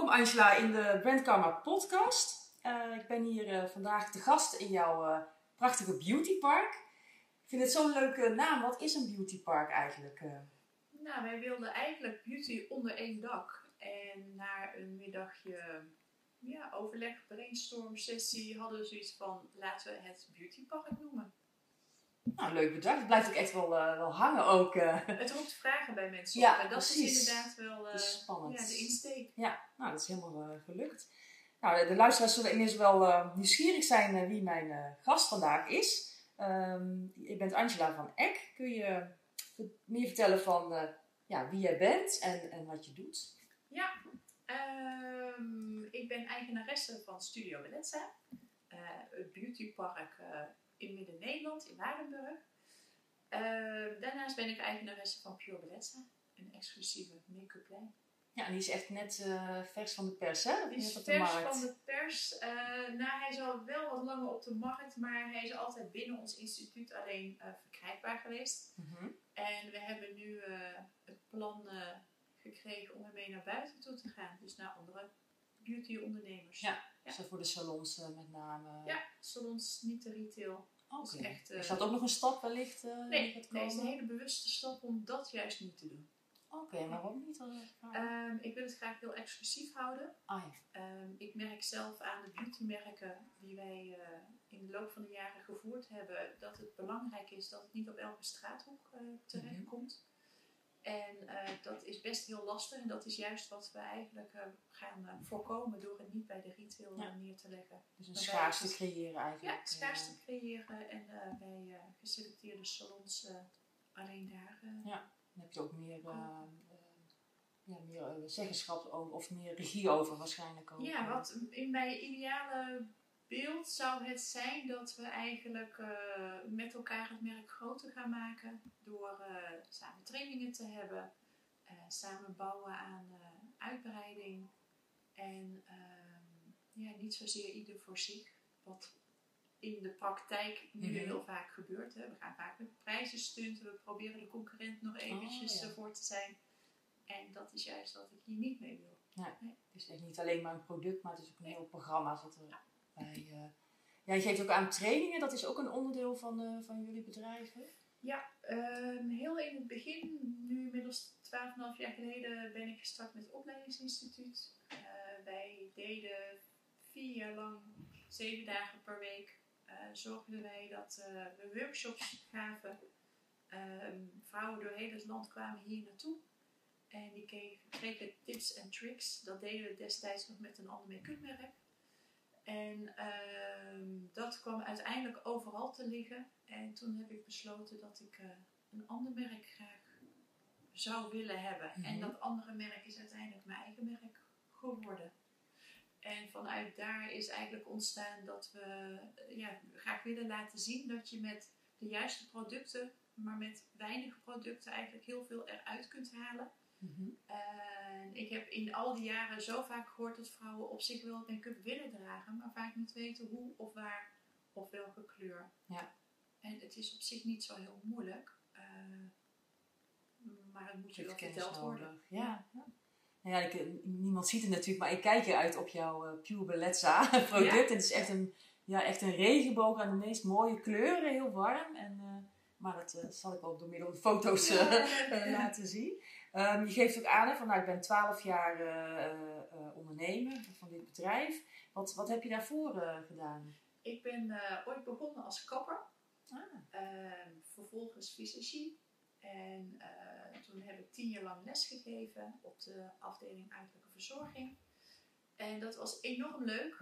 Welkom Angela in de Brand Karma podcast. Ik ben hier vandaag te gast in jouw prachtige beautypark. Ik vind het zo'n leuke naam. Wat is een beautypark eigenlijk? Nou, wij wilden eigenlijk beauty onder één dak. En na een middagje overleg, brainstorm sessie hadden we zoiets van, laten we het beautypark noemen. Nou, leuk bedacht. Het blijft ook echt wel hangen ook. Het roept vragen bij mensen Ja, op. En dat precies. is inderdaad wel spannend. de insteek. Ja, nou, dat is helemaal gelukt. Nou, de luisteraars zullen ineens wel nieuwsgierig zijn wie mijn gast vandaag is. Je bent Angela van Eck. Kun je meer vertellen van wie jij bent en wat je doet? Ja, ik ben eigenaresse van Studio Bellezza. Het beautypark in Midden-Nederland, in Waardenburg. Daarnaast ben ik eigenaresse van Pure Bellezza, een exclusieve make-up lijn. Ja, en die is echt net vers van de pers, hè? Die is vers van de pers. Hij is al wel wat langer op de markt, maar hij is altijd binnen ons instituut alleen verkrijgbaar geweest. Mm-hmm. En we hebben nu het plan gekregen om ermee naar buiten toe te gaan. Dus naar andere beauty-ondernemers. Ja. Dus voor de salons met name. Ja, salons, niet de retail. Oké. Dus echt, is dat ook nog een stap wellicht? Nee, het is een hele bewuste stap om dat juist niet te doen. Oké, waarom niet? Ik wil het graag heel exclusief houden. Ah, ja. Ik merk zelf aan de beautymerken die wij in de loop van de jaren gevoerd hebben, dat het belangrijk is dat het niet op elke straathoek terechtkomt. En dat is best heel lastig en dat is juist wat we eigenlijk gaan voorkomen door het niet bij de retail neer te leggen. Dus een schaarste creëren eigenlijk. Ja, schaarste creëren en bij geselecteerde salons alleen daar. Dan heb je ook meer zeggenschap over, of meer regie over waarschijnlijk ook. Ja, wat in mijn ideale beeld zou het zijn dat we eigenlijk met elkaar het merk groter gaan maken door samen trainingen te hebben, samen bouwen aan uitbreiding en niet zozeer ieder voor zich, wat in de praktijk nu heel vaak gebeurt. Hè. We gaan vaak met prijzen stunten, we proberen de concurrent nog eventjes voor te zijn. En dat is juist wat ik hier niet mee wil. Nee. Het is echt niet alleen maar een product, maar het is ook een heel programma zit er bij. Je geeft ook aan trainingen, dat is ook een onderdeel van jullie bedrijven? Ja, heel in het begin, nu inmiddels 12,5 jaar geleden, ben ik gestart met het opleidingsinstituut. Wij deden 4 jaar lang, 7 dagen per week, zorgden wij dat we workshops gaven. Vrouwen door heel het land kwamen hier naartoe. En die kregen tips en tricks. Dat deden we destijds nog met een ander make-up merk. En dat kwam uiteindelijk overal te liggen. En toen heb ik besloten dat ik een ander merk graag zou willen hebben. Mm-hmm. En dat andere merk is uiteindelijk mijn eigen merk geworden. En vanuit daar is eigenlijk ontstaan dat we graag willen laten zien dat je met de juiste producten, maar met weinig producten eigenlijk heel veel eruit kunt halen. Mm-hmm. Ik heb in al die jaren zo vaak gehoord dat vrouwen op zich wel make-up willen dragen, maar vaak niet weten hoe of waar of welke kleur. Ja. En het is op zich niet zo heel moeilijk, maar het moet je wel verteld worden. Ja. Niemand ziet het natuurlijk, maar ik kijk eruit op jouw Pure Bellezza product. En het is echt een regenboog aan de meest mooie kleuren, heel warm. Maar dat zal ik wel door middel van foto's laten zien. Je geeft ook aan, van, ik ben 12 jaar ondernemer van dit bedrijf. Wat heb je daarvoor gedaan? Ik ben ooit begonnen als kapper. Vervolgens visagie. En toen heb ik 10 jaar lang lesgegeven op de afdeling uiterlijke verzorging. En dat was enorm leuk.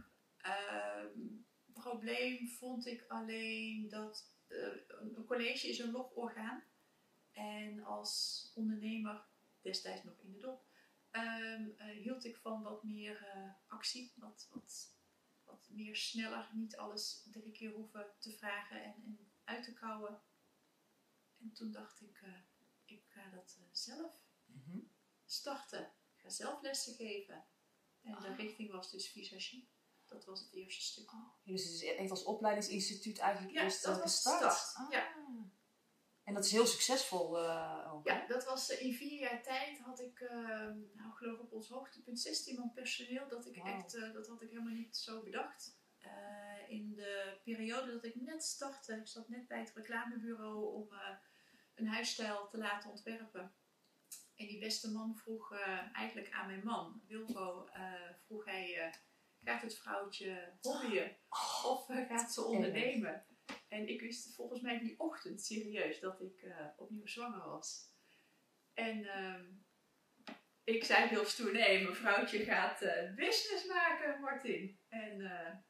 Probleem vond ik alleen dat een college is een logorgaan. En als ondernemer, destijds nog in de dop, hield ik van wat meer actie. Wat meer sneller, niet alles 3 keer hoeven te vragen en uit te kouwen. En toen dacht ik, ik ga dat zelf starten. Ik ga zelf lessen geven. En de richting was dus visagie. Dat was het eerste stuk. Dus het is echt als opleidingsinstituut eigenlijk eerst dat was gestart? start. Ja. En dat is heel succesvol ook. Ja, dat was in 4 jaar tijd had ik, geloof ik op ons hoogtepunt 16 man personeel. Dat ik dat had ik helemaal niet zo bedacht. In de periode dat ik net startte, ik zat net bij het reclamebureau om een huisstijl te laten ontwerpen. En die beste man vroeg eigenlijk aan mijn man, Wilco, vroeg hij, gaat het vrouwtje hobbyen of gaat ze ondernemen? En ik wist volgens mij die ochtend serieus dat ik opnieuw zwanger was. En ik zei heel stoer, nee, mijn vrouwtje gaat business maken, Martin. En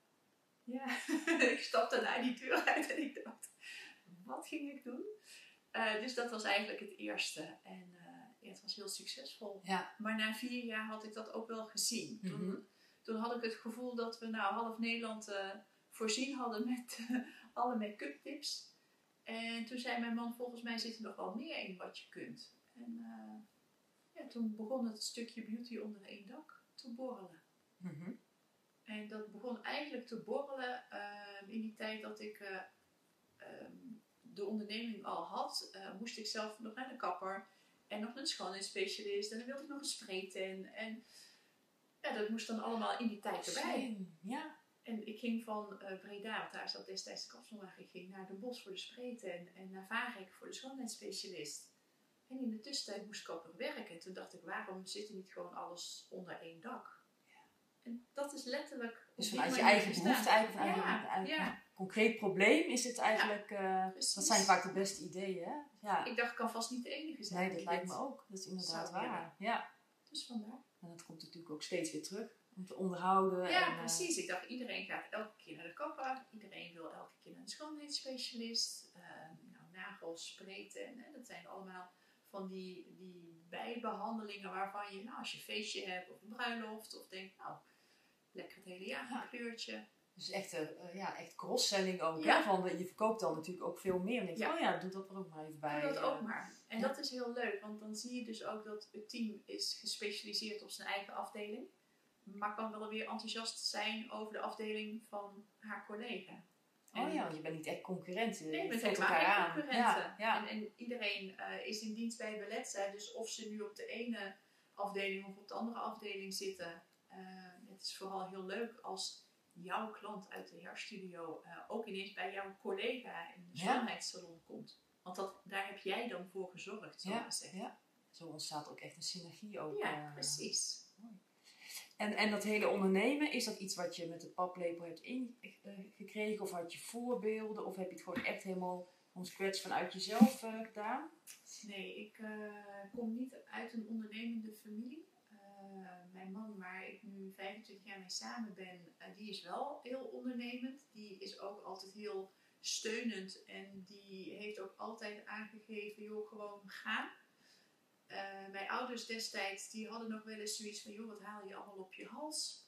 ik stapte naar die deur uit en ik dacht, wat ging ik doen? Dus dat was eigenlijk het eerste. En het was heel succesvol. Ja. Maar na 4 jaar had ik dat ook wel gezien. Mm-hmm. Toen had ik het gevoel dat we half Nederland voorzien hadden met alle make-up tips. En toen zei mijn man, volgens mij zit er nog wel meer in wat je kunt. En toen begon het stukje beauty onder één dak te borrelen. Mm-hmm. En dat begon eigenlijk te borrelen in die tijd dat ik de onderneming al had. Moest ik zelf nog naar de kapper en nog een schoonheidsspecialist en dan wilde ik nog een spraytan. En ja, dat moest dan allemaal in die tijd erbij. Ja. En ik ging van Breda, want daar zat destijds de kapsalon, ik ging naar Den Bosch voor de spraytan en naar Varek voor de schoonheidsspecialist. En in de tussentijd moest ik ook nog werken. En toen dacht ik, waarom zit er niet gewoon alles onder één dak? Ja. En dat is letterlijk... Dus vanuit je eigen behoefte, eigen concreet probleem is het eigenlijk... dat zijn vaak de beste ideeën, hè? Ja. Ik dacht, ik kan vast niet de enige zijn. Nee, dat lijkt me ook. Dat is inderdaad waar. Ja. Dus vandaar. En dat komt natuurlijk ook steeds weer terug. Om te onderhouden. Ja, precies. Ik dacht, iedereen gaat elke keer naar de kapper. Iedereen wil elke keer naar een schoonheidsspecialist. Nagels, spreten. Dat zijn allemaal van die bijbehandelingen waarvan je, als je een feestje hebt of een bruiloft. Of denkt, lekker het hele jaar een kleurtje. Dus echt cross-selling ook. Ja. Hè? Van, je verkoopt dan natuurlijk ook veel meer. En denk je, doe dat er ook maar even bij. Doe dat ook maar. En dat is heel leuk. Want dan zie je dus ook dat het team is gespecialiseerd op zijn eigen afdeling. Maar kan wel weer enthousiast zijn over de afdeling van haar collega. Want je bent niet echt concurrent. Nee, je bent elkaar helemaal geen concurrenten. Ja. En iedereen is in dienst bij Bellezza. Dus of ze nu op de ene afdeling of op de andere afdeling zitten. Het is vooral heel leuk als jouw klant uit de hairstudio ook ineens bij jouw collega in de schoonheidssalon komt. Want daar heb jij dan voor gezorgd, zo gezegd. Ja. Zo ontstaat ook echt een synergie ook. Ja, precies. En dat hele ondernemen, is dat iets wat je met de paplepel hebt ingekregen? Of had je voorbeelden? Of heb je het gewoon echt helemaal from scratch vanuit jezelf gedaan? Nee, ik kom niet uit een ondernemende familie. Mijn man, waar ik nu 25 jaar mee samen ben, die is wel heel ondernemend. Die is ook altijd heel steunend en die heeft ook altijd aangegeven, joh, gewoon gaan. Mijn ouders destijds, die hadden nog wel eens zoiets van, joh, wat haal je allemaal op je hals?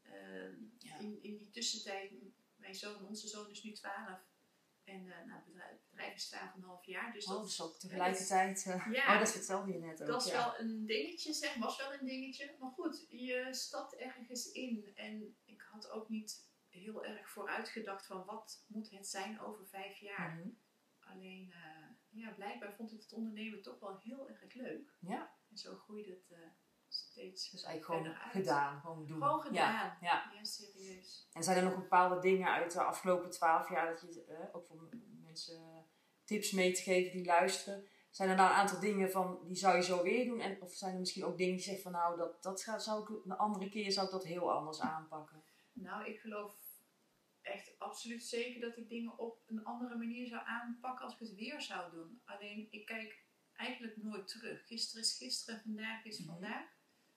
In die tussentijd, onze zoon is nu 12 en het bedrijf is 12,5 jaar. Dus dat is ook tegelijkertijd... dat vertelde je net ook. Dat is wel een dingetje, was wel een dingetje. Maar goed, je stapt ergens in en ik had ook niet heel erg vooruitgedacht van wat moet het zijn over 5 jaar. Mm-hmm. Alleen, blijkbaar vond ik het ondernemen toch wel heel erg leuk. Ja. En zo groeide het steeds. Dus eigenlijk gewoon gedaan, gewoon doen. Gewoon gedaan, ja, serieus. En zijn er nog bepaalde dingen uit de afgelopen 12 jaar dat je, ook voor mensen tips mee te geven die luisteren. Zijn er nou een aantal dingen van, die zou je zo weer doen? Of zijn er misschien ook dingen die je zegt van zou ik een andere keer zou ik dat heel anders aanpakken? Nou, ik geloof echt absoluut zeker dat ik dingen op een andere manier zou aanpakken als ik het weer zou doen. Alleen, ik kijk eigenlijk nooit terug. Gisteren is gisteren, vandaag is vandaag.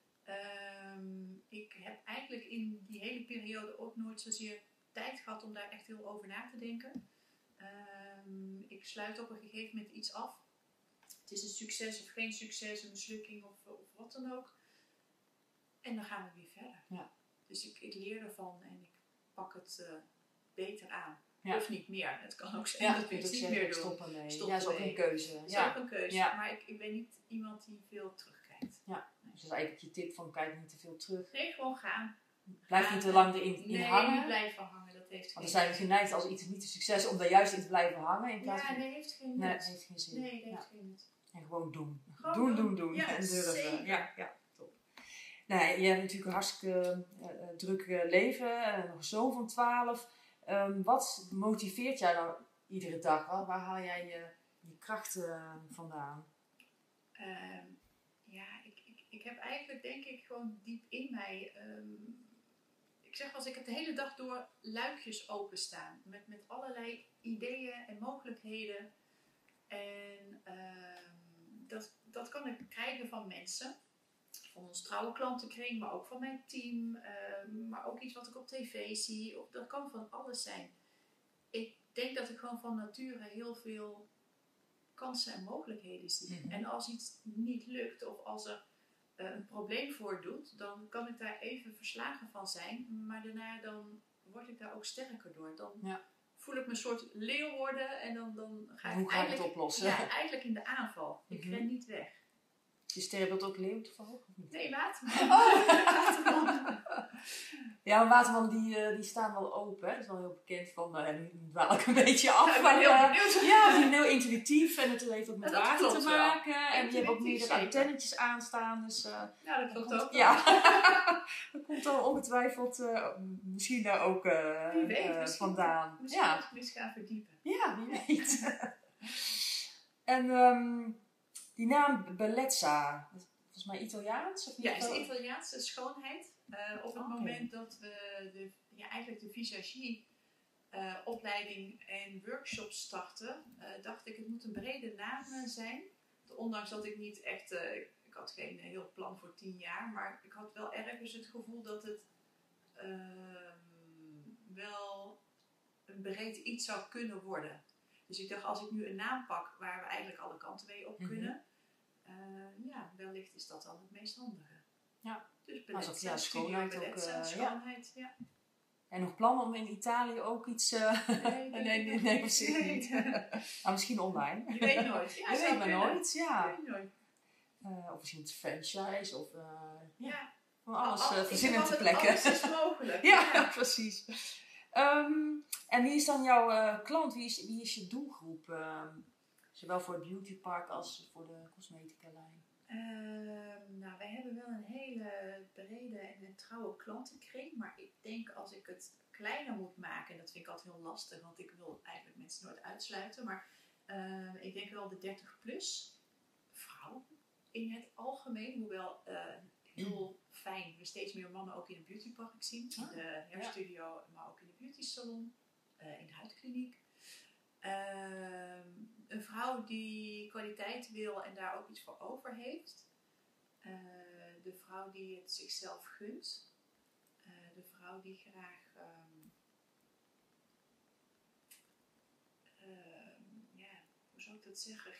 Ik heb eigenlijk in die hele periode ook nooit zozeer tijd gehad om daar echt heel over na te denken. Ik sluit op een gegeven moment iets af. Het is een succes of geen succes, een mislukking of wat dan ook. En dan gaan we weer verder. Ja. Dus ik leer ervan en ik pak het beter aan. Ja. Of niet meer. Het kan ook zijn dat we het niet meer doen. Stoppen mee. Dat is ook een keuze. Dat is ook een keuze. Ja. Maar ik ben niet iemand die veel terugkijkt. Ja. Dus dat is eigenlijk je tip van kijk niet te veel terug. Nee, gewoon gaan. Blijf niet te lang erin hangen. Nee, niet blijven hangen. Dat heeft Want dan zijn we geneigd als iets niet een succes is om daar juist in te blijven hangen. In plaats van... nee, heeft geen nut. Nee, het heeft geen zin. Nee, dat heeft geen nut. En gewoon doen. Gewoon doen. Ja, en durven. zeker. Ja, top. Nou, je hebt natuurlijk een hartstikke druk leven. Nog een zoon van 12. Wat motiveert jou nou iedere dag? Waar haal jij je krachten vandaan? Ik heb eigenlijk denk ik gewoon diep in mij... ik zeg als ik het de hele dag door luikjes openstaan. Met allerlei ideeën en mogelijkheden. En dat kan ik krijgen van mensen. Van ons trouwe klantenkring, maar ook van mijn team. Maar ook iets wat ik op tv zie. Dat kan van alles zijn. Ik denk dat ik gewoon van nature heel veel kansen en mogelijkheden zie. Mm-hmm. En als iets niet lukt of als er een probleem voordoet, dan kan ik daar even verslagen van zijn. Maar daarna dan word ik daar ook sterker door. Dan voel ik me een soort leeuw worden en dan ga ik Hoe ga je het oplossen? Ja, eigenlijk in de aanval. Ik ren niet weg. Je sterrenbeeld ook leeuw toevallig? Nee, waterman. Ja, waterman die staan wel open. Hè? Dat is wel heel bekend van, nu dwaal ik een beetje af. Ja, maar heel benieuwd. Ja, die zijn heel intuïtief en het heeft ook met water te maken. Wel. En je hebt ook meerdere antennetjes aanstaan. Dus, ja, dat klopt ook. Ja, dat komt dan ongetwijfeld misschien daar ook vandaan. Misschien moet ik eens gaan verdiepen. Ja, wie weet. En die naam Bellezza, volgens mij Italiaans? Of ja, is Italiaanse schoonheid. Op het moment dat we eigenlijk de visagie opleiding en workshops starten, dacht ik het moet een brede naam zijn. Ondanks dat ik niet echt, ik had geen heel plan voor 10 jaar, maar ik had wel ergens het gevoel dat het wel een breed iets zou kunnen worden. Dus ik dacht, als ik nu een naam pak waar we eigenlijk alle kanten mee op kunnen, wellicht is dat dan het meest handige. Ja. Dus Bellezza, schoonheid ook. Schoonheid, ja. En nog plannen om in Italië ook iets... Nee, precies niet. Maar misschien online. Je weet nooit. Ja, je weet maar nooit, ja. Je weet nooit. Of misschien het franchise of... ja. Van alles verzinnen te plekken. Alles is mogelijk. Ja, precies. En wie is dan jouw klant? Wie is je doelgroep? Zowel voor het beautypark als voor de cosmetica lijn. Wij hebben wel een hele brede en een trouwe klantenkring. Maar ik denk als ik het kleiner moet maken, en dat vind ik altijd heel lastig, want ik wil eigenlijk mensen nooit uitsluiten. Maar ik denk wel de 30+ vrouw in het algemeen. Hoewel heel fijn we steeds meer mannen ook in het beautypark zien. In de hairstudio, maar ook in de beauty salon, in de huidkliniek. Een vrouw die kwaliteit wil en daar ook iets voor over heeft. De vrouw die het zichzelf gunt. De vrouw die graag hoe zou ik dat zeggen?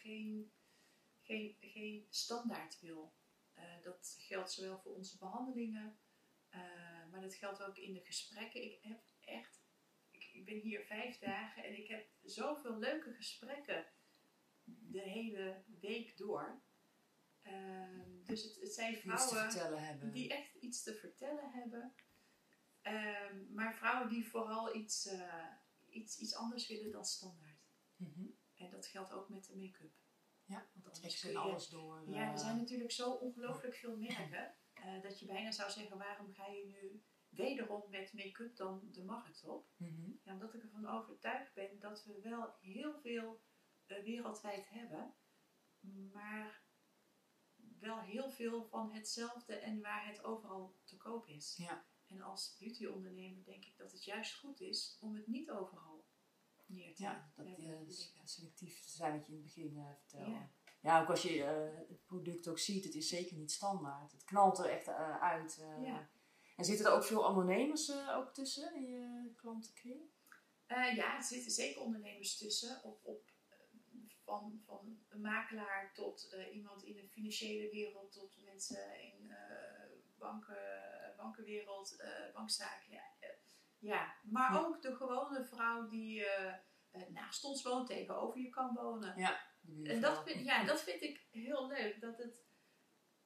Geen standaard wil. Dat geldt zowel voor onze behandelingen, maar dat geldt ook in de gesprekken. Ik ben hier 5 dagen en ik heb zoveel leuke gesprekken de hele week door. Dus het zijn vrouwen die echt iets te vertellen hebben. Maar vrouwen die vooral iets anders willen dan standaard. Mm-hmm. En dat geldt ook met de make-up. Ja, want anders kun je alles door. Ja, er zijn natuurlijk zo ongelooflijk veel merken. Dat je bijna zou zeggen, waarom ga je nu wederom met make-up dan de markt op? Mm-hmm. Ja, omdat ik ervan overtuigd ben dat we wel heel veel wereldwijd hebben. Maar wel heel veel van hetzelfde en waar het overal te koop is. Ja. En als beautyondernemer denk ik dat het juist goed is om het niet overal neer te leggen. Ja, dat selectief te zijn wat je in het begin vertelde. Ja. Ja, ook als je het product ook ziet, het is zeker niet standaard. Het knalt er echt uit. En zitten er ook veel ondernemers ook tussen in je klantenkring? Ja, er zitten zeker ondernemers tussen. Van een makelaar tot iemand in de financiële wereld, tot mensen in bankenwereld, bankzaken. Maar ook de gewone vrouw die naast ons woont, tegenover je kan wonen. Ja, en dat vind ik heel leuk. Dat het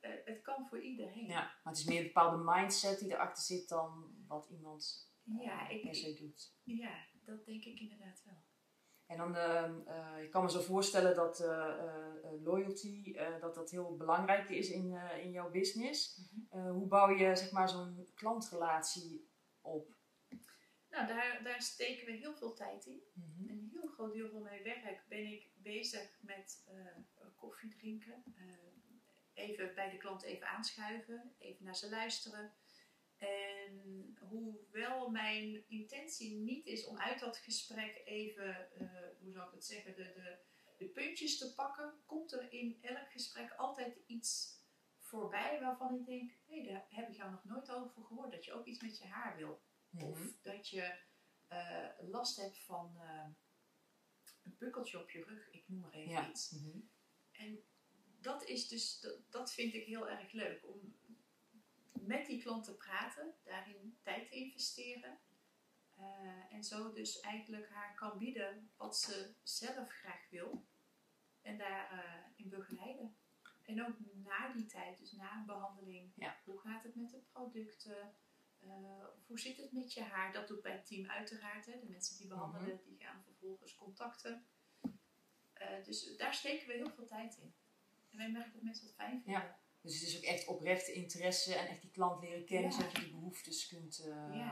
het kan voor iedereen. Ja, maar het is meer een bepaalde mindset die erachter zit dan wat iemand per se doet. Ja, dat denk ik inderdaad wel. En dan, je kan me zo voorstellen dat loyalty, dat heel belangrijk is in jouw business. Mm-hmm. Hoe bouw je zeg maar zo'n klantrelatie op? Nou, daar steken we heel veel tijd in. Mm-hmm. Een heel groot deel van mijn werk ben ik bezig met koffie drinken. Even bij de klant even aanschuiven, even naar ze luisteren. En hoewel mijn intentie niet is om uit dat gesprek even, hoe zou ik het zeggen, de puntjes te pakken, komt er in elk gesprek altijd iets voorbij waarvan ik denk, hé, daar heb ik jou nog nooit over gehoord. Dat je ook iets met je haar wil. Mm-hmm. Of dat je last hebt van een pukkeltje op je rug, ik noem maar even iets. Mm-hmm. En dat is dus, dat vind ik heel erg leuk, om met die klant te praten, daarin tijd te investeren. En zo dus eigenlijk haar kan bieden wat ze zelf graag wil. En daarin begeleiden. En ook na die tijd, dus na een behandeling. Ja. Hoe gaat het met de producten? Hoe zit het met je haar? Dat doet bij het team uiteraard. Hè. De mensen die behandelen, mm-hmm. die gaan vervolgens contacten. Dus daar steken we heel veel tijd in. En wij merken dat mensen dat fijn vinden. Ja. Dus het is ook echt oprechte interesse en echt die klant leren kennen, zodat je die behoeftes kunt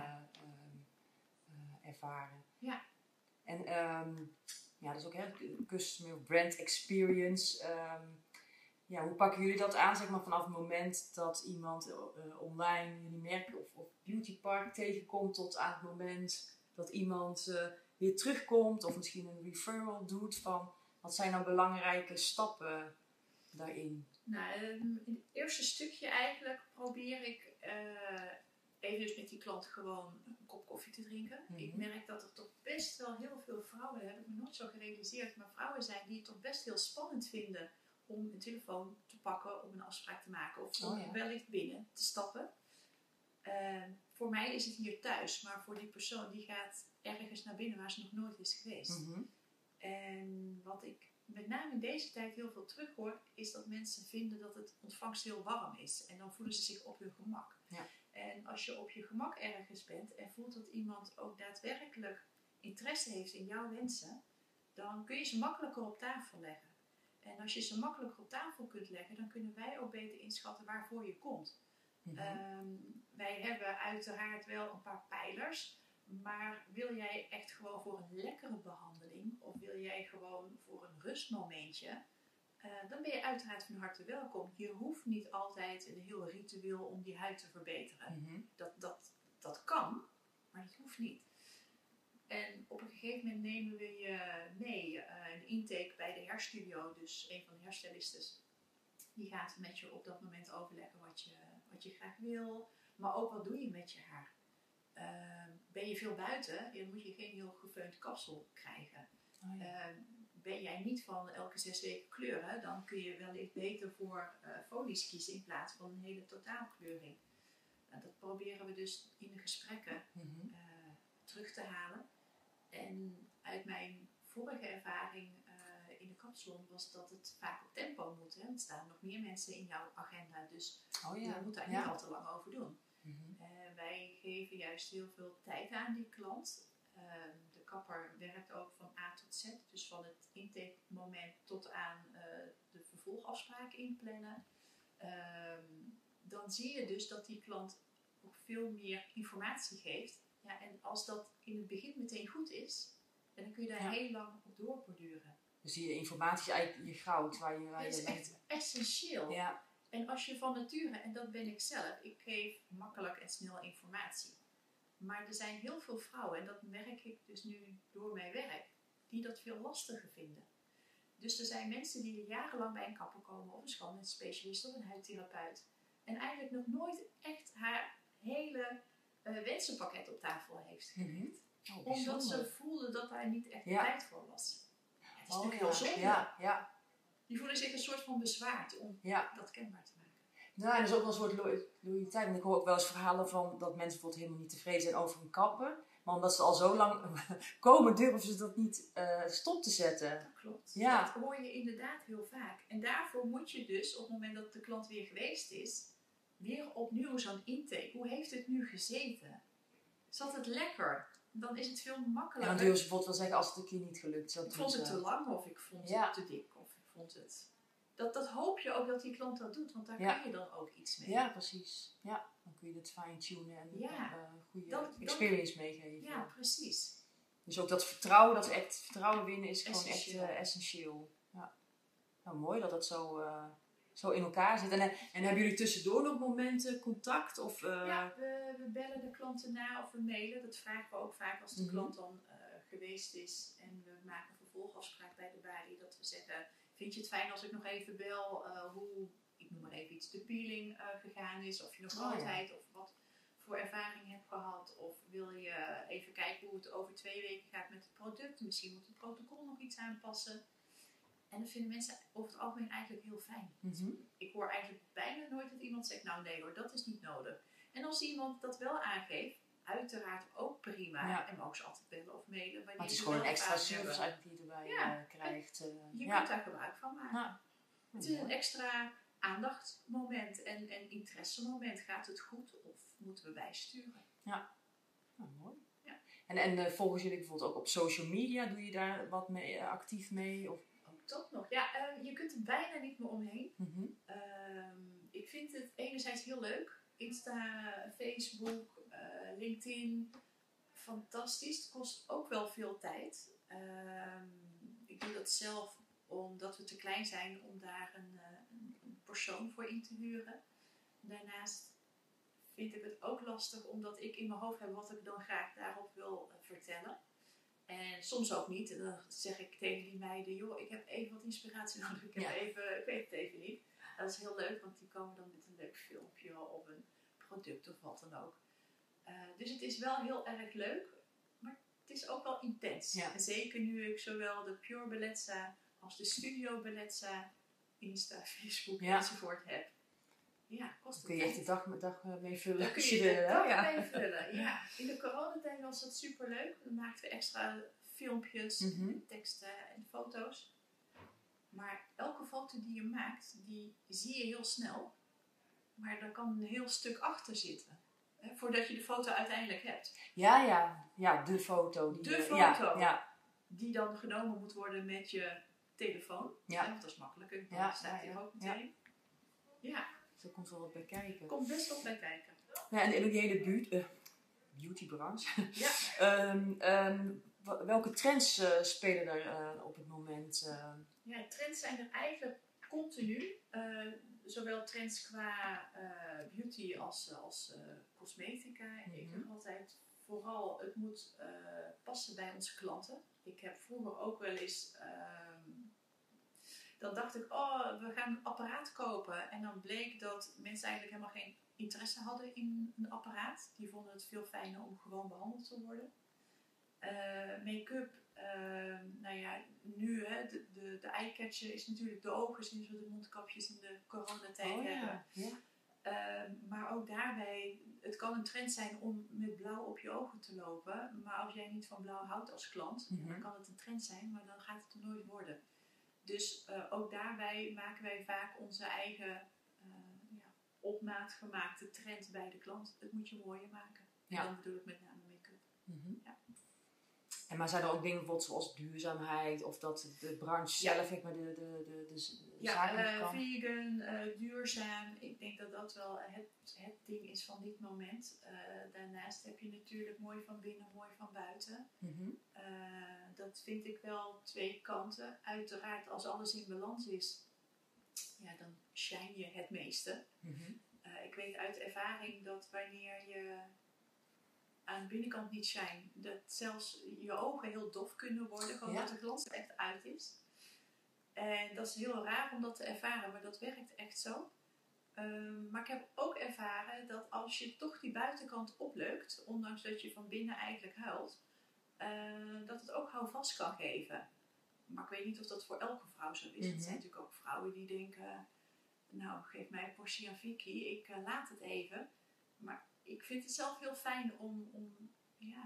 ervaren. Ja. En dat is ook customer brand experience. Hoe pakken jullie dat aan, zeg maar, vanaf het moment dat iemand online jullie merk of beautypark tegenkomt, tot aan het moment dat iemand weer terugkomt of misschien een referral doet van wat zijn nou belangrijke stappen daarin? Nou, in het eerste stukje eigenlijk probeer ik even dus met die klant gewoon een kop koffie te drinken. Mm-hmm. Ik merk dat er toch best wel heel veel vrouwen, dat heb ik me nooit zo gerealiseerd, maar vrouwen zijn die het toch best heel spannend vinden om een telefoon te pakken, om een afspraak te maken of om wellicht binnen te stappen. Voor mij is het hier thuis, maar voor die persoon die gaat ergens naar binnen waar ze nog nooit is geweest. Mm-hmm. En wat ik met name in deze tijd heel veel terughoor, is dat mensen vinden dat het ontvangst heel warm is. En dan voelen ze zich op hun gemak. Ja. En als je op je gemak ergens bent en voelt dat iemand ook daadwerkelijk interesse heeft in jouw wensen, dan kun je ze makkelijker op tafel leggen. En als je ze makkelijker op tafel kunt leggen, dan kunnen wij ook beter inschatten waarvoor je komt. Mm-hmm. Wij hebben uiteraard wel een paar pijlers. Maar wil jij echt gewoon voor een lekkere behandeling of wil jij gewoon voor een rustmomentje, dan ben je uiteraard van harte welkom. Je hoeft niet altijd een heel ritueel om die huid te verbeteren. Mm-hmm. Dat kan, maar dat hoeft niet. En op een gegeven moment nemen we je mee een intake bij de hairstudio, dus een van de hairstylistes. Die gaat met je op dat moment overleggen wat je graag wil, maar ook wat doe je met je haar. Ben je veel buiten, dan moet je geen heel gefeund kapsel krijgen. Oh ja. Ben jij niet van elke 6 weken kleuren, dan kun je wellicht beter voor folies kiezen in plaats van een hele totaalkleuring. Dat proberen we dus in de gesprekken terug te halen. En uit mijn vorige ervaring in de kapsalon was dat het vaak op tempo moet. Hè? Er staan nog meer mensen in jouw agenda, dus je moet daar niet al te lang over doen. Mm-hmm. Wij geven juist heel veel tijd aan die klant. De kapper werkt ook van A tot Z, dus van het intake moment tot aan de vervolgafspraak inplannen. Dan zie je dus dat die klant ook veel meer informatie geeft. Ja, en als dat in het begin meteen goed is, dan kun je daar heel lang op doorborduren. Dus die informatie is eigenlijk je goud. Dat is echt essentieel. Ja. En als je van nature, en dat ben ik zelf, ik geef makkelijk en snel informatie. Maar er zijn heel veel vrouwen, en dat merk ik dus nu door mijn werk, die dat veel lastiger vinden. Dus er zijn mensen die jarenlang bij een kapper komen, of een schoonheidsspecialist, of een huidtherapeut. En eigenlijk nog nooit echt haar hele wensenpakket op tafel heeft gelegd. Oh, omdat ze voelden dat daar niet echt tijd voor was. Ja, het is natuurlijk heel zonde. Ja. Die voelen zich een soort van bezwaard om dat kenbaar te maken. Nou, en er is ook wel een soort loyaliteit. En ik hoor ook wel eens verhalen van dat mensen bijvoorbeeld helemaal niet tevreden zijn over een kapper. Maar omdat ze al zo lang komen, durven ze dat niet stop te zetten. Dat klopt. Ja. Dat hoor je inderdaad heel vaak. En daarvoor moet je dus, op het moment dat de klant weer geweest is, weer opnieuw zo'n intake. Hoe heeft het nu gezeten? Zat het lekker? Dan is het veel En makkelijker. dan durven ze bijvoorbeeld wel zeggen als het een keer niet gelukt is. Ik vond het te lang of ik vond Ja. het te dik of ik vond het... Dat hoop je ook dat die klant dat doet, want daar Ja. kun je dan ook iets mee. Ja, precies. Ja, dan kun je het fine-tunen en Ja. een goede Dan- experience meegeven. Ja, precies. Dus ook dat vertrouwen, vertrouwen winnen is gewoon Essentieel. echt essentieel. Ja. Nou, mooi dat dat zo in elkaar zit. En hebben jullie tussendoor nog momenten contact? Of, Ja, we bellen de klanten na of we mailen. Dat vragen we ook vaak als de Mhm. klant dan geweest is. En we maken een vervolgafspraak bij de balie. Dat we zeggen, vind je het fijn als ik nog even bel hoe, ik noem maar even iets, de peeling gegaan is. Of je nog Oh, ja. roodheid of wat voor ervaring hebt gehad. Of wil je even kijken hoe het over 2 weken gaat met het product. Misschien moet het protocol nog iets aanpassen. En dat vinden mensen over het algemeen eigenlijk heel fijn. Mhm. Ik hoor eigenlijk bijna nooit dat iemand zegt, nou nee hoor, dat is niet nodig. En als iemand dat wel aangeeft, uiteraard ook prima. Ja. En ook ze altijd bellen of mailen. Wanneer Maar het is ze gewoon een wel extra ervaring service hebben. eigenlijk die je erbij Ja. krijgt. Je Ja. kunt daar gebruik van maken. Ja. Het is een extra aandachtmoment en interessemoment. Gaat het goed of moeten we bijsturen? Nou, mooi. Ja. En volgen jullie bijvoorbeeld ook op social media? Doe je daar wat mee, actief mee? Of? Ook dat nog. Ja, je kunt er bijna niet meer omheen. Mhm. Ik vind het enerzijds heel leuk. Insta, Facebook, LinkedIn. Fantastisch. Het kost ook wel veel tijd. Ik doe dat zelf omdat we te klein zijn om daar een persoon voor in te huren. Daarnaast vind ik het ook lastig omdat ik in mijn hoofd heb wat ik dan graag daarop wil vertellen. En soms ook niet. En dan zeg ik tegen die meiden, joh, ik heb even wat inspiratie nodig. Ik weet het even niet. Dat is heel leuk, want die komen dan met een leuk filmpje of een product of wat dan ook. Dus het is wel heel erg leuk, maar het is ook wel intens. Ja. En zeker nu ik zowel de Pure Bellezza als de Studio Bellezza, Insta, Facebook enzovoort heb. Ja, kost het Kun je echt de dag mee vullen. dan kun als je je de de- dag ja. mee vullen. Ja. In de coronatijd was dat super leuk. Dan maakten we extra filmpjes, Mhm. en teksten en foto's. Maar elke foto die je maakt, die zie je heel snel. Maar er kan een heel stuk achter zitten. Hè, voordat je de foto uiteindelijk hebt. Ja, de foto. De foto. Ja. Die dan genomen moet worden met je telefoon. Ja. Hè, want dat is makkelijker. Dan Ja, staat ja, hier ook ja. meteen. Ja, Daar komt wel wat bij kijken. er komt best wel bij kijken. Ja, en ook die hele beautybranche. Ja. Welke trends spelen er op het moment? Ja, trends zijn er eigenlijk continu. Zowel trends qua beauty als cosmetica. Ik zeg altijd vooral, het moet passen bij onze klanten. Ik heb vroeger ook wel eens, dan dacht ik, we gaan een apparaat kopen. En dan bleek dat mensen eigenlijk helemaal geen interesse hadden in een apparaat. Die vonden het veel fijner om gewoon behandeld te worden. Make-up, nou ja, nu hè, de eyecatcher is natuurlijk de ogen, sinds we de mondkapjes in de coronatijd hebben. Ja. Maar ook daarbij, het kan een trend zijn om met blauw op je ogen te lopen. Maar als jij niet van blauw houdt als klant, dan kan het een trend zijn, maar dan gaat het er nooit worden. Dus ook daarbij maken wij vaak onze eigen op maat gemaakte trend bij de klant. Het moet je mooier maken. Ja. En dan bedoel ik met name make-up. Ja. En maar zijn er ook dingen bijvoorbeeld zoals duurzaamheid of dat de branche zelf de zaken kan? Vegan, duurzaam. Ik denk dat dat wel het ding is van dit moment. Daarnaast heb je natuurlijk mooi van binnen, mooi van buiten. Dat vind ik wel 2 kanten. Uiteraard, als alles in balans is, dan shine je het meeste. Ik weet uit ervaring dat wanneer je aan de binnenkant niet shine, dat zelfs je ogen heel dof kunnen worden, gewoon dat de glans er echt uit is. En dat is heel raar om dat te ervaren, maar dat werkt echt zo. Maar ik heb ook ervaren dat als je toch die buitenkant opleukt, ondanks dat je van binnen eigenlijk huilt, dat het ook houvast kan geven. Maar ik weet niet of dat voor elke vrouw zo is. Er zijn natuurlijk ook vrouwen die denken, nou geef mij een portie aan Vicky, ik laat het even. Maar ik vind het zelf heel fijn om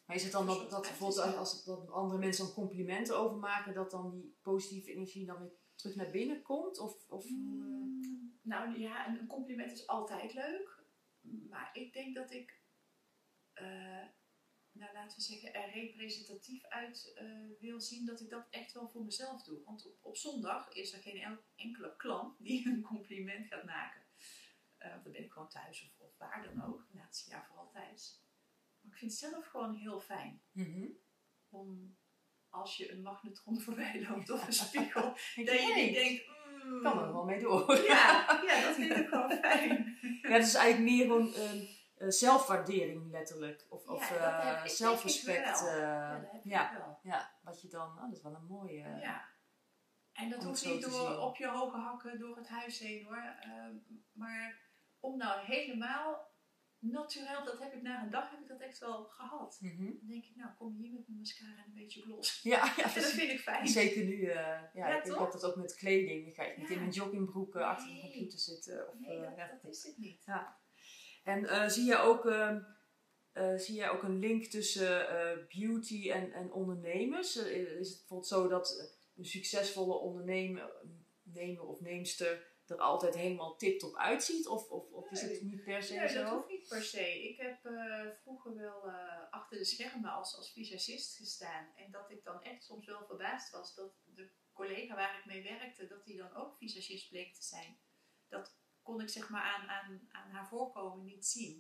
Maar is het dan dat bijvoorbeeld als dat andere mensen dan complimenten over maken, dat dan die positieve energie dan weer terug naar binnen komt? Nou ja, een compliment is altijd leuk. Maar ik denk dat ik, laten we zeggen, er representatief uit wil zien dat ik dat echt wel voor mezelf doe. Want op zondag is er geen enkele klant die een compliment gaat maken. Dan ben ik gewoon thuis of waar dan ook. Het laatste jaar vooral thuis. Maar ik vind het zelf gewoon heel fijn. Om, als je een magnetron voorbij loopt of een spiegel, dat je niet denkt, kan er wel mee door. Ja, dat vind ik gewoon fijn. Ja, het is eigenlijk meer gewoon zelfwaardering letterlijk. Of zelfrespect. Ja, wat je dan, dat is wel een mooie. Ja. En dat hoeft niet door op je hoge hakken door het huis heen hoor. Maar om nou helemaal naturel, dat heb ik na een dag echt wel gehad. Dan denk ik, nou kom hier met mijn mascara en een beetje gloss. Ja, dat vind ik fijn. Zeker nu. Ik heb dat ook met kleding. Dan ga je niet in een joggingbroek achter de computer zitten. Dat is het niet. Ja. En zie jij ook een link tussen beauty en ondernemers? Is het bijvoorbeeld zo dat een succesvolle ondernemer of neemster er altijd helemaal tip-top uitziet? Of is het niet per se zo? Nee, dat hoeft niet per se. Ik heb vroeger wel achter de schermen als visagist gestaan. En dat ik dan echt soms wel verbaasd was dat de collega waar ik mee werkte, dat die dan ook visagist bleek te zijn. Dat kon ik zeg maar aan haar voorkomen niet zien.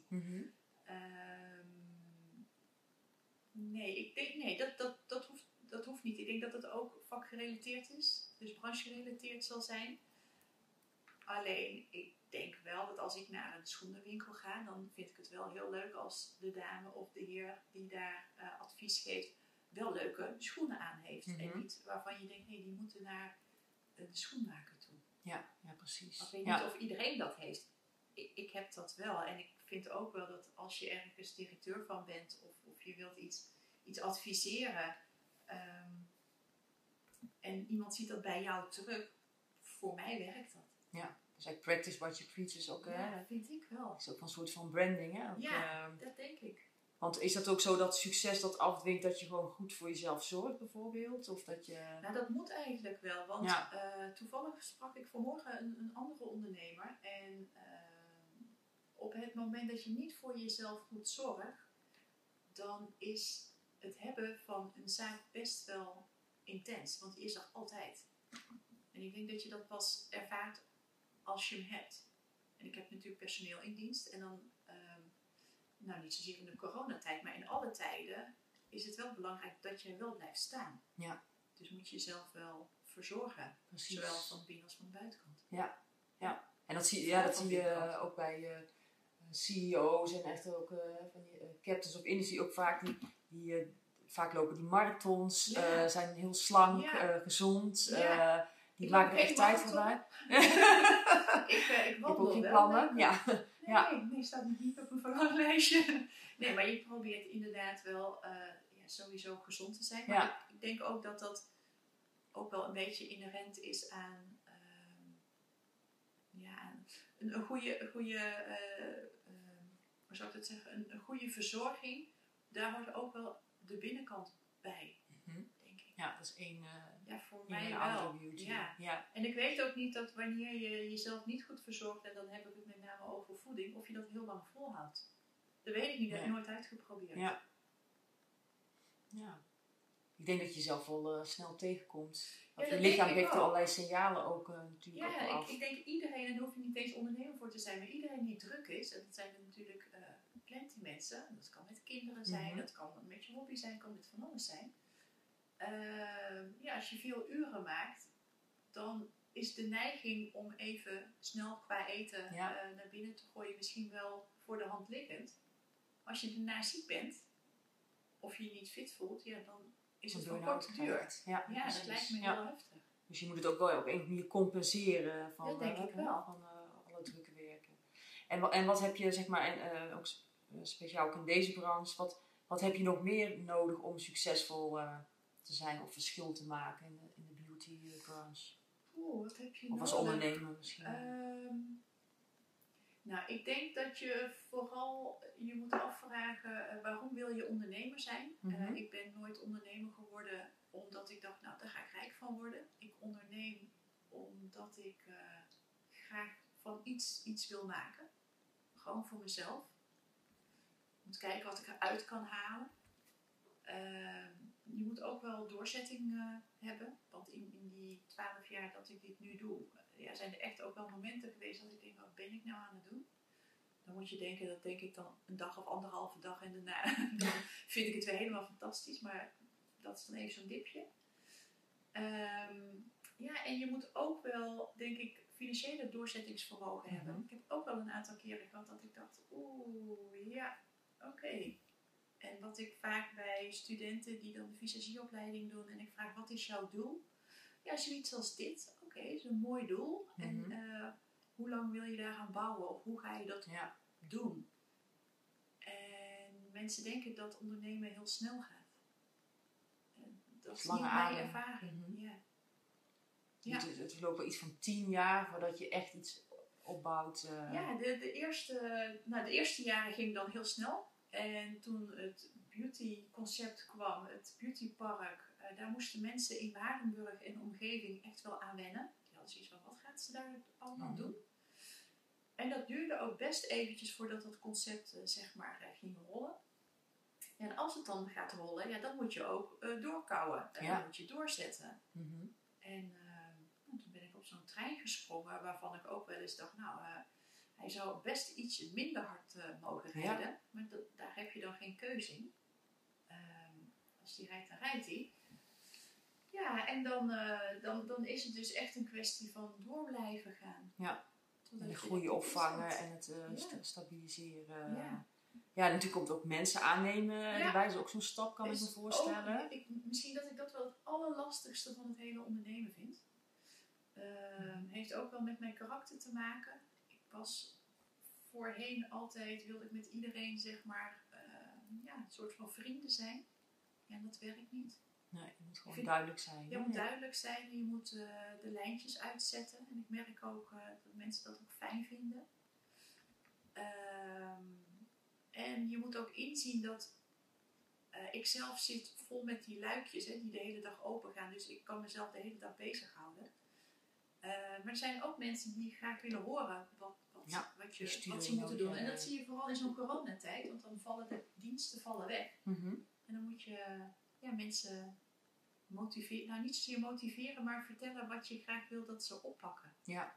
Dat hoeft niet. Ik denk dat het ook vakgerelateerd is. Dus branchegerelateerd zal zijn. Alleen, ik denk wel dat als ik naar een schoenenwinkel ga, dan vind ik het wel heel leuk als de dame of de heer die daar advies geeft, wel leuke schoenen aan heeft. En niet waarvan je denkt, nee, die moeten naar de schoenmaker toe. Ja, precies. Ik weet niet of iedereen dat heeft. Ik heb dat wel. En ik vind ook wel dat als je ergens directeur van bent of je wilt iets adviseren en iemand ziet dat bij jou terug, voor mij werkt dat. Ja, dus eigenlijk practice what you preach is ook... Ja, vind ik wel. Dat is ook een soort van branding, hè? Ook, dat denk ik. Want is dat ook zo dat succes dat afdwingt dat je gewoon goed voor jezelf zorgt, bijvoorbeeld? Of dat je... Nou, dat moet eigenlijk wel. Want toevallig sprak ik vanmorgen een andere ondernemer. En op het moment dat je niet voor jezelf goed zorgt, dan is het hebben van een zaak best wel intens. Want die is er altijd. En ik denk dat je dat pas ervaart als je hem hebt. En ik heb natuurlijk personeel in dienst. En dan, niet zozeer in de coronatijd, maar in alle tijden is het wel belangrijk dat je wel blijft staan. Ja. Dus moet je jezelf wel verzorgen. Precies. Zowel van binnen als van de buitenkant. Ja. En dat zie je ook bij CEO's en echt ook van die captains of industry ook vaak. Die vaak lopen die marathons, zijn heel slank, gezond. Die maken er echt tijd voor bij. Ik wandel ook geen wel. plannen. Nee, staat niet op mijn verlanglijstje. Nee, maar je probeert inderdaad wel sowieso gezond te zijn. Maar ik denk ook dat dat ook wel een beetje inherent is aan een goede hoe zou ik dat zeggen? Een goede verzorging. Daar hoort ook wel de binnenkant bij, denk ik. Ja, dat is één. Voor mij wel. Beauty. Ja. En ik weet ook niet dat wanneer je jezelf niet goed verzorgt, en dan heb ik het met name over voeding, of je dat heel lang volhoudt. Dat weet ik niet, dat heb ik nooit uitgeprobeerd. Ja. Ik denk dat je jezelf wel snel tegenkomt. Ja, je lichaam geeft er allerlei signalen ook natuurlijk ook af. Ik denk iedereen, en daar hoef je niet eens ondernemer voor te zijn, maar iedereen die druk is, en dat zijn er natuurlijk plenty mensen, dat kan met kinderen zijn, dat kan met je hobby zijn, kan met van alles zijn. Als je veel uren maakt, dan is de neiging om even snel qua eten naar binnen te gooien misschien wel voor de hand liggend. Als je daarna ziek bent, of je je niet fit voelt, dan is het van korte duur. Dat lijkt me heel heftig. Dus je moet het ook wel op een manier compenseren van, dat denk ik wel. Van alle drukke werken. En wat heb je, zeg maar, ook speciaal ook in deze branche, wat heb je nog meer nodig om succesvol te zijn of verschil te maken in de beauty branche? Wat heb je of als ondernemer misschien? Nou, ik denk dat je vooral je moet afvragen waarom wil je ondernemer zijn? Ik ben nooit ondernemer geworden omdat ik dacht, nou daar ga ik rijk van worden. Ik onderneem omdat ik graag van iets wil maken. Gewoon voor mezelf. Ik moet kijken wat ik eruit kan halen. Je moet ook wel doorzetting hebben. Want in die 12 jaar dat ik dit nu doe, zijn er echt ook wel momenten geweest dat ik denk, wat ben ik nou aan het doen? Dan moet je denken, dat denk ik dan een dag of anderhalve dag en daarna dan vind ik het weer helemaal fantastisch. Maar dat is dan even zo'n dipje. En je moet ook wel, denk ik, financiële doorzettingsvermogen hebben. Ik heb ook wel een aantal keren gehad dat ik dacht, oké. En wat ik vaak bij studenten die dan de visagieopleiding doen en ik vraag, wat is jouw doel? Ja, zoiets als dit. Oké, dat is een mooi doel. En hoe lang wil je daaraan bouwen? Of hoe ga je dat doen? En mensen denken dat ondernemen heel snel gaat. En dat is niet mijn ervaring. Het loopt wel iets van 10 jaar voordat je echt iets opbouwt. Ja, de eerste jaren ging dan heel snel. En toen het beauty-concept kwam, het beautypark, daar moesten mensen in Waardenburg en de omgeving echt wel aan wennen. Die hadden zoiets van, wat gaat ze daar allemaal doen? En dat duurde ook best eventjes voordat dat concept ging rollen. En als het dan gaat rollen, dan moet je ook doorkouwen. Dan moet je doorzetten. En toen ben ik op zo'n trein gesprongen waarvan ik ook wel eens dacht, hij zou best iets minder hard mogen rijden. Maar daar heb je dan geen keuze in. Als die rijdt, dan rijdt hij. Ja, en dan is het dus echt een kwestie van door blijven gaan. Ja, en de groei opvangen en het stabiliseren. Ja, natuurlijk komt ook mensen aannemen erbij. Dat is ook zo'n stap, kan ik me voorstellen. Misschien dat ik dat wel het allerlastigste van het hele ondernemen vind. Heeft ook wel met mijn karakter te maken. Ik was voorheen altijd, wilde ik met iedereen een soort van vrienden zijn. Ja, dat werkt niet. Nee, je moet gewoon duidelijk zijn. Je moet duidelijk zijn en je moet de lijntjes uitzetten. En ik merk ook dat mensen dat ook fijn vinden. En je moet ook inzien dat ik zelf zit vol met die luikjes die de hele dag open gaan. Dus ik kan mezelf de hele dag bezighouden. Maar er zijn ook mensen die graag willen horen wat ze moeten doen. En dat zie je vooral in zo'n coronatijd. Want dan vallen de diensten weg. En dan moet je mensen motiveren. Nou, niet zozeer motiveren, maar vertellen wat je graag wil dat ze oppakken. Ja.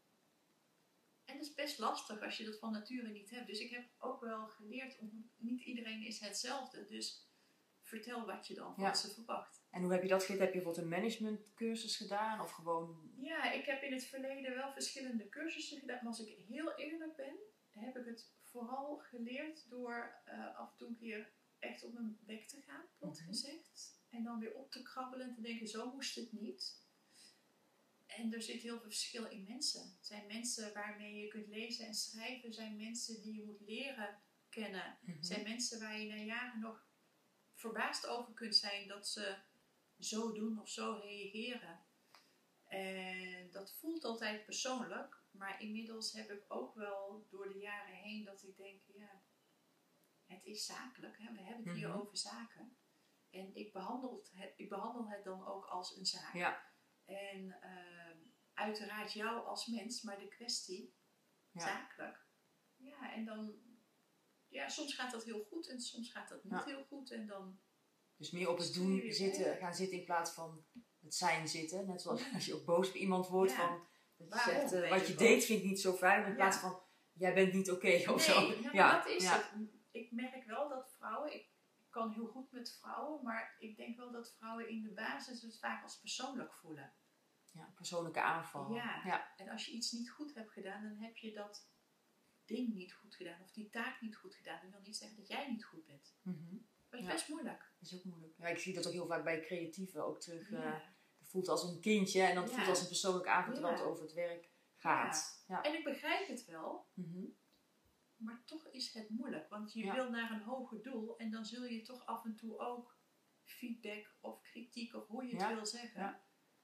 En dat is best lastig als je dat van nature niet hebt. Dus ik heb ook wel geleerd niet iedereen is hetzelfde. Dus vertel wat je dan van ze verwacht. En hoe heb je dat geleerd? Heb je bijvoorbeeld een managementcursus gedaan? Of gewoon... Ja, ik heb in het verleden wel verschillende cursussen gedaan. Maar als ik heel eerlijk ben, heb ik het vooral geleerd door af en toe een keer echt op mijn bek te gaan, plat gezegd. En dan weer op te krabbelen en te denken, zo moest het niet. En er zit heel veel verschil in mensen. Het zijn mensen waarmee je kunt lezen en schrijven. Het zijn mensen die je moet leren kennen. Het zijn mensen waar je na jaren nog verbaasd over kunt zijn dat ze zo doen of zo reageren. En dat voelt altijd persoonlijk. Maar inmiddels heb ik ook wel door de jaren heen dat ik denk, het is zakelijk. Hè? We hebben het hier over zaken. En ik behandel het dan ook als een zaak. Ja. En uiteraard jou als mens, maar de kwestie zakelijk. Ja, en dan... Ja, soms gaat dat heel goed en soms gaat dat niet heel goed. En dan... Dus meer op het doen gaan zitten in plaats van het zijn zitten. Net zoals als je ook boos op iemand wordt van... Dat je zegt, wat je deed vind ik niet zo fijn. In plaats van, jij bent niet oké of zo. Dat is het. Ik merk wel dat vrouwen... Ik kan heel goed met vrouwen, maar ik denk wel dat vrouwen in de basis het vaak als persoonlijk voelen. Ja, persoonlijke aanval. Ja, en als je iets niet goed hebt gedaan, dan heb je dat ding niet goed gedaan. Of die taak niet goed gedaan. Dat wil niet zeggen dat jij niet goed bent. Dat is best moeilijk. Dat is ook moeilijk. Ja, ik zie dat ook heel vaak bij creatieven ook terug. Het voelt als een kindje en dan voelt als een persoonlijke aanval terwijl het over het werk gaat. Ja. En ik begrijp het wel. Maar toch is het moeilijk. Want je wil naar een hoger doel. En dan zul je toch af en toe ook feedback of kritiek of hoe je het wil zeggen.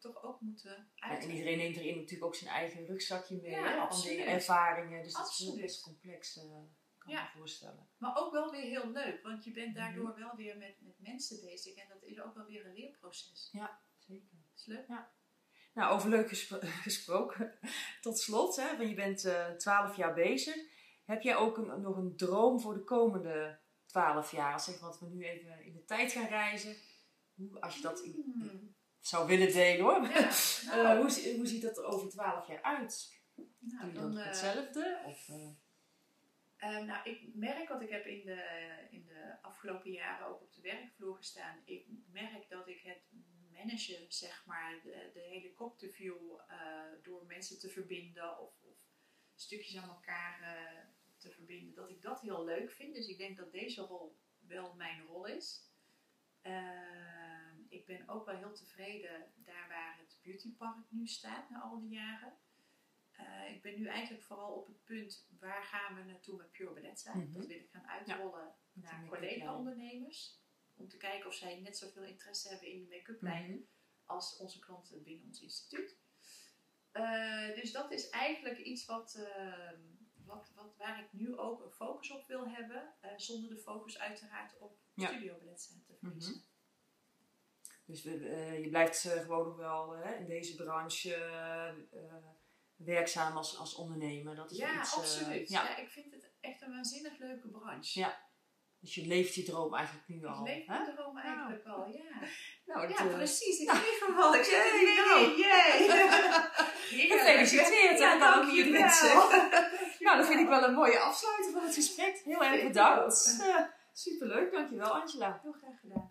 toch ook moeten En uitleggen. iedereen neemt erin natuurlijk ook zijn eigen rugzakje mee. Ja, Hè, van absoluut. dingen, ervaringen. Dus Absoluut. dat is best complex, kan Ja. ik me voorstellen. Maar ook wel weer heel leuk, want je bent daardoor wel weer met mensen bezig. En dat is ook wel weer een leerproces. Ja, zeker. Dat is leuk. Nou, over leuk gesproken. Tot slot, hè, want je bent 12 jaar bezig. Heb jij ook nog een droom voor de komende 12 jaar? Zeg maar, dat we nu even in de tijd gaan reizen. Als je dat zou willen delen hoor. Ja, nou, Hoe ziet dat er over 12 jaar uit? Doe je dan hetzelfde? Of, nou, ik merk wat ik heb in de afgelopen jaren ook op de werkvloer gestaan. Ik merk dat ik het managen, zeg maar, de helikopterview door mensen te verbinden of stukjes aan elkaar te verbinden, dat ik dat heel leuk vind. Dus ik denk dat deze rol wel mijn rol is. Ik ben ook wel heel tevreden daar waar het beautypark nu staat na al die jaren. Ik ben nu eigenlijk vooral op het punt, waar gaan we naartoe met Pure Bellezza? Dat wil ik gaan uitrollen naar collega-ondernemers. Om te kijken of zij net zoveel interesse hebben in de make-up lijn als onze klanten binnen ons instituut. Dus dat is eigenlijk iets waar ik nu ook een focus op wil hebben. Zonder de focus uiteraard op Studio Bellezza te verliezen. Dus je blijft gewoon nog wel in deze branche werkzaam als ondernemer. Dat is iets, absoluut. Ja, ik vind het echt een waanzinnig leuke branche. Ja. Dus je leeft je droom eigenlijk nu al. Ik leef mijn droom eigenlijk al, ja. Nou, ja, precies. Ik leef hem al. Ik zeg, gefeliciteerd. Ja, dank je wel. Nou, dat vind ik wel een mooie afsluiter van het gesprek. Heel erg bedankt. Superleuk, dankjewel Angela. Heel graag gedaan.